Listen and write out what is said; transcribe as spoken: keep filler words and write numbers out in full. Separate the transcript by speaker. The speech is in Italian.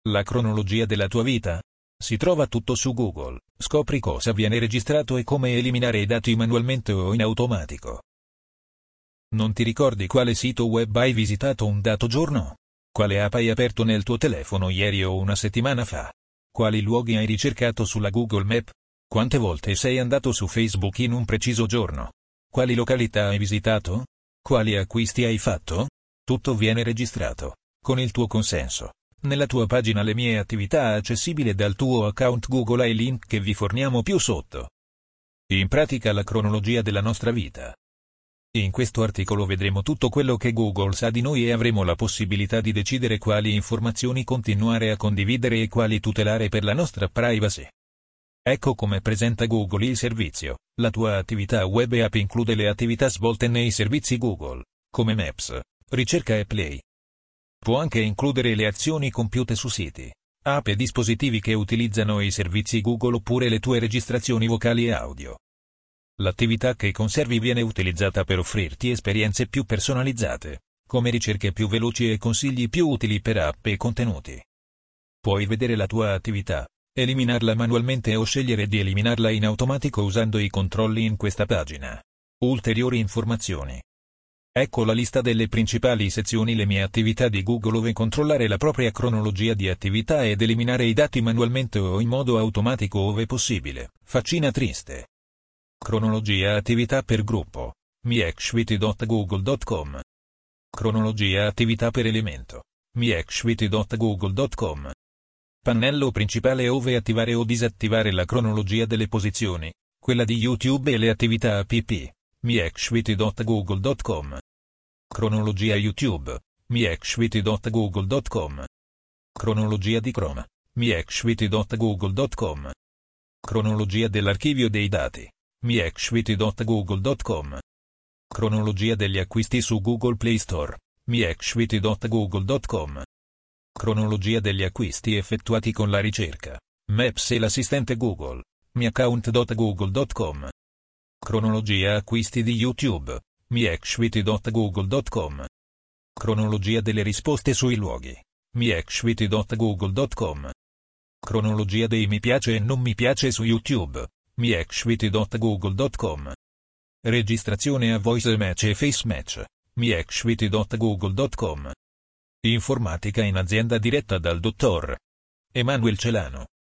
Speaker 1: La cronologia della tua vita? Si trova tutto su Google. Scopri cosa viene registrato e come eliminare i dati manualmente o in automatico. Non ti ricordi quale sito web hai visitato un dato giorno? Quale app hai aperto nel tuo telefono ieri o una settimana fa? Quali luoghi hai ricercato sulla Google Map? Quante volte sei andato su Facebook in un preciso giorno? Quali località hai visitato? Quali acquisti hai fatto? Tutto viene registrato, con il tuo consenso, nella tua pagina Le mie attività accessibile dal tuo account Google ai link che vi forniamo più sotto. In pratica la cronologia della nostra vita. In questo articolo vedremo tutto quello che Google sa di noi e avremo la possibilità di decidere quali informazioni continuare a condividere e quali tutelare per la nostra privacy. Ecco come presenta Google il servizio. La tua attività web e app include le attività svolte nei servizi Google, come Maps, ricerca e Play. Può anche includere le azioni compiute su siti, app e dispositivi che utilizzano i servizi Google oppure le tue registrazioni vocali e audio. L'attività che conservi viene utilizzata per offrirti esperienze più personalizzate, come ricerche più veloci e consigli più utili per app e contenuti. Puoi vedere la tua attività, eliminarla manualmente o scegliere di eliminarla in automatico usando i controlli in questa pagina. Ulteriori informazioni. Ecco la lista delle principali sezioni Le mie attività di Google ove controllare la propria cronologia di attività ed eliminare i dati manualmente o in modo automatico ove possibile. Faccina triste. Cronologia attività per gruppo. miactivity punto google punto com. Cronologia attività per elemento. miactivity punto google punto com. Pannello principale ove attivare o disattivare la cronologia delle posizioni, quella di YouTube e le attività app. miactivity punto google punto com. Cronologia YouTube. miactivity punto google punto com. Cronologia di Chrome. miactivity punto google punto com. Cronologia dell'archivio dei dati. miactivity punto google punto com. Cronologia degli acquisti su Google Play Store. miactivity punto google punto com. Cronologia degli acquisti effettuati con la ricerca, Maps e l'assistente Google. miaccount punto google punto com. Cronologia acquisti di YouTube. miactivity punto google punto com. Cronologia delle risposte sui luoghi. miactivity punto google punto com. Cronologia dei mi piace e non mi piace su YouTube. miactivity punto google punto com. Registrazione a Voice Match e Face Match. miactivity punto google punto com. Informatica in azienda diretta dal dottor Emanuel Celano.